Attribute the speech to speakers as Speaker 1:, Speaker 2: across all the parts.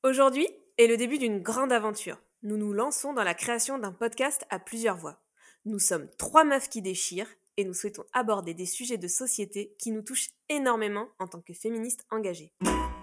Speaker 1: Aujourd'hui est le début d'une grande aventure. Nous nous lançons dans la création d'un podcast à plusieurs voix. Nous sommes 3 meufs qui déchirent et nous souhaitons aborder des sujets de société qui nous touchent énormément en tant que féministes engagées.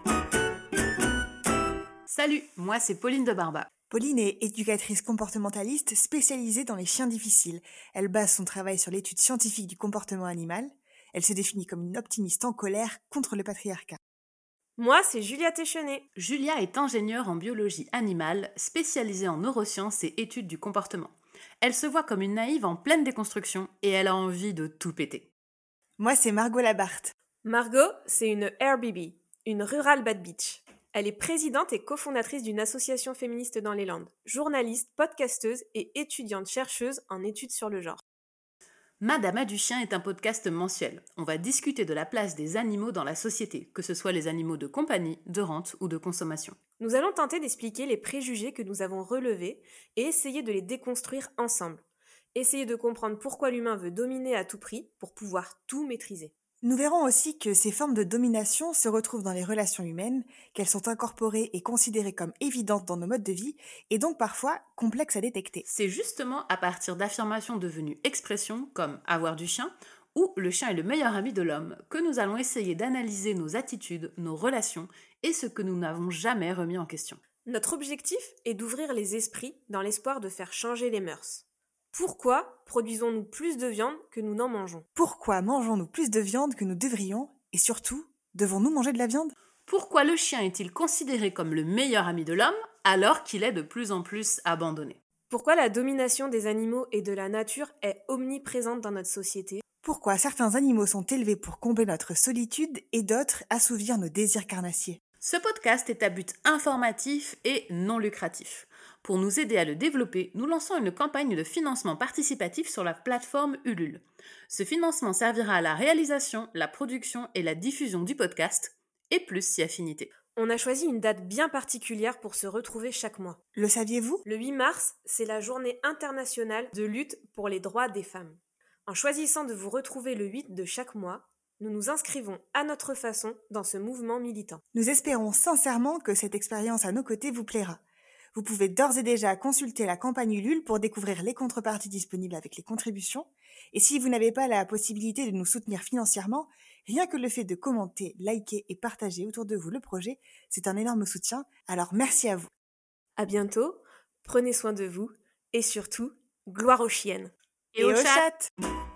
Speaker 2: Salut, moi c'est Pauline de Barba.
Speaker 3: Pauline est éducatrice comportementaliste spécialisée dans les chiens difficiles. Elle base son travail sur l'étude scientifique du comportement animal. Elle se définit comme une optimiste en colère contre le patriarcat.
Speaker 1: Moi, c'est Julia Téchenet.
Speaker 2: Julia est ingénieure en biologie animale, spécialisée en neurosciences et études du comportement. Elle se voit comme une naïve en pleine déconstruction et elle a envie de tout péter.
Speaker 3: Moi, c'est Margot Labarthe.
Speaker 1: Margot, c'est une RBB, une Rural Bad Bitch. Elle est présidente et cofondatrice d'une association féministe dans les Landes, journaliste, podcasteuse et étudiante-chercheuse en études sur le genre.
Speaker 2: Madame a du chien est un podcast mensuel. On va discuter de la place des animaux dans la société, que ce soit les animaux de compagnie, de rente ou de consommation.
Speaker 1: Nous allons tenter d'expliquer les préjugés que nous avons relevés et essayer de les déconstruire ensemble. Essayer de comprendre pourquoi l'humain veut dominer à tout prix pour pouvoir tout maîtriser.
Speaker 3: Nous verrons aussi que ces formes de domination se retrouvent dans les relations humaines, qu'elles sont incorporées et considérées comme évidentes dans nos modes de vie, et donc parfois complexes à détecter.
Speaker 2: C'est justement à partir d'affirmations devenues expressions comme avoir du chien ou le chien est le meilleur ami de l'homme que nous allons essayer d'analyser nos attitudes, nos relations et ce que nous n'avons jamais remis en question.
Speaker 1: Notre objectif est d'ouvrir les esprits dans l'espoir de faire changer les mœurs. Pourquoi produisons-nous plus de viande que nous n'en mangeons ?
Speaker 3: Pourquoi mangeons-nous plus de viande que nous devrions ? Et surtout, devons-nous manger de la viande ?
Speaker 2: Pourquoi le chien est-il considéré comme le meilleur ami de l'homme alors qu'il est de plus en plus abandonné ?
Speaker 1: Pourquoi la domination des animaux et de la nature est omniprésente dans notre société ?
Speaker 3: Pourquoi certains animaux sont élevés pour combler notre solitude et d'autres assouvir nos désirs carnassiers ?
Speaker 2: Ce podcast est à but informatif et non lucratif. Pour nous aider à le développer, nous lançons une campagne de financement participatif sur la plateforme Ulule. Ce financement servira à la réalisation, la production et la diffusion du podcast, et plus si affinité.
Speaker 1: On a choisi une date bien particulière pour se retrouver chaque mois.
Speaker 3: Le saviez-vous ?
Speaker 1: Le 8 mars, c'est la journée internationale de lutte pour les droits des femmes. En choisissant de vous retrouver le 8 de chaque mois, nous nous inscrivons à notre façon dans ce mouvement militant.
Speaker 3: Nous espérons sincèrement que cette expérience à nos côtés vous plaira. Vous pouvez d'ores et déjà consulter la campagne Ulule pour découvrir les contreparties disponibles avec les contributions. Et si vous n'avez pas la possibilité de nous soutenir financièrement, rien que le fait de commenter, liker et partager autour de vous le projet, c'est un énorme soutien. Alors merci à vous.
Speaker 1: À bientôt, prenez soin de vous et surtout, gloire aux chiennes.
Speaker 3: Et aux chattes.